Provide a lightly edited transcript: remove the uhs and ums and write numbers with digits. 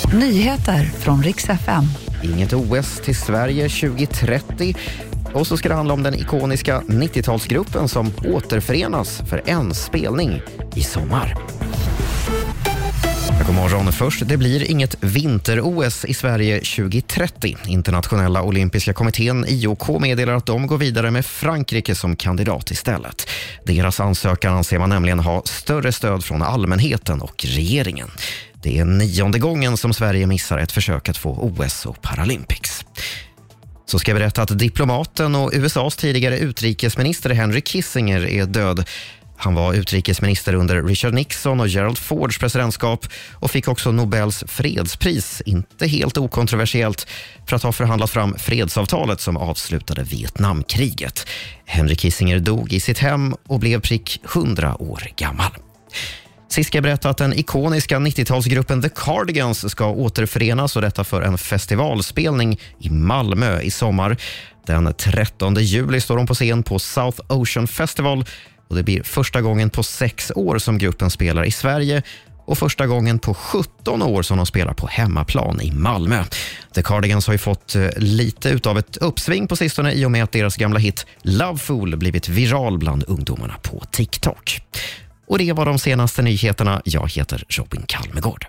Nyheter från Rix FM. Inget OS till Sverige 2030. Och så ska det handla om den ikoniska 90-talsgruppen som återförenas för en spelning i sommar. God morgon. Först, det blir inget vinter-OS i Sverige 2030. Internationella olympiska kommittén IOK meddelar att de går vidare med Frankrike som kandidat istället. Deras ansökan anser man nämligen ha större stöd från allmänheten och regeringen. Det är 9:e gången som Sverige missar ett försök att få OS och Paralympics. Så ska jag berätta att diplomaten och USAs tidigare utrikesminister Henry Kissinger är död. Han var utrikesminister under Richard Nixon och Gerald Fords presidentskap och fick också Nobels fredspris, inte helt okontroversiellt, för att ha förhandlat fram fredsavtalet som avslutade Vietnamkriget. Henry Kissinger dog i sitt hem och blev prick 100 år gammal. Sist ska jag berätta att den ikoniska 90-talsgruppen The Cardigans ska återförenas, och detta för en festivalspelning i Malmö i sommar. Den 13 juli står de på scen på South Ocean Festival, och det blir första gången på 6 år som gruppen spelar i Sverige och första gången på 17 år som de spelar på hemmaplan i Malmö. The Cardigans har ju fått lite utav ett uppsving på sistone i och med att deras gamla hit Loveful blivit viral bland ungdomarna på TikTok. Och det var de senaste nyheterna. Jag heter Robin Kalmegård.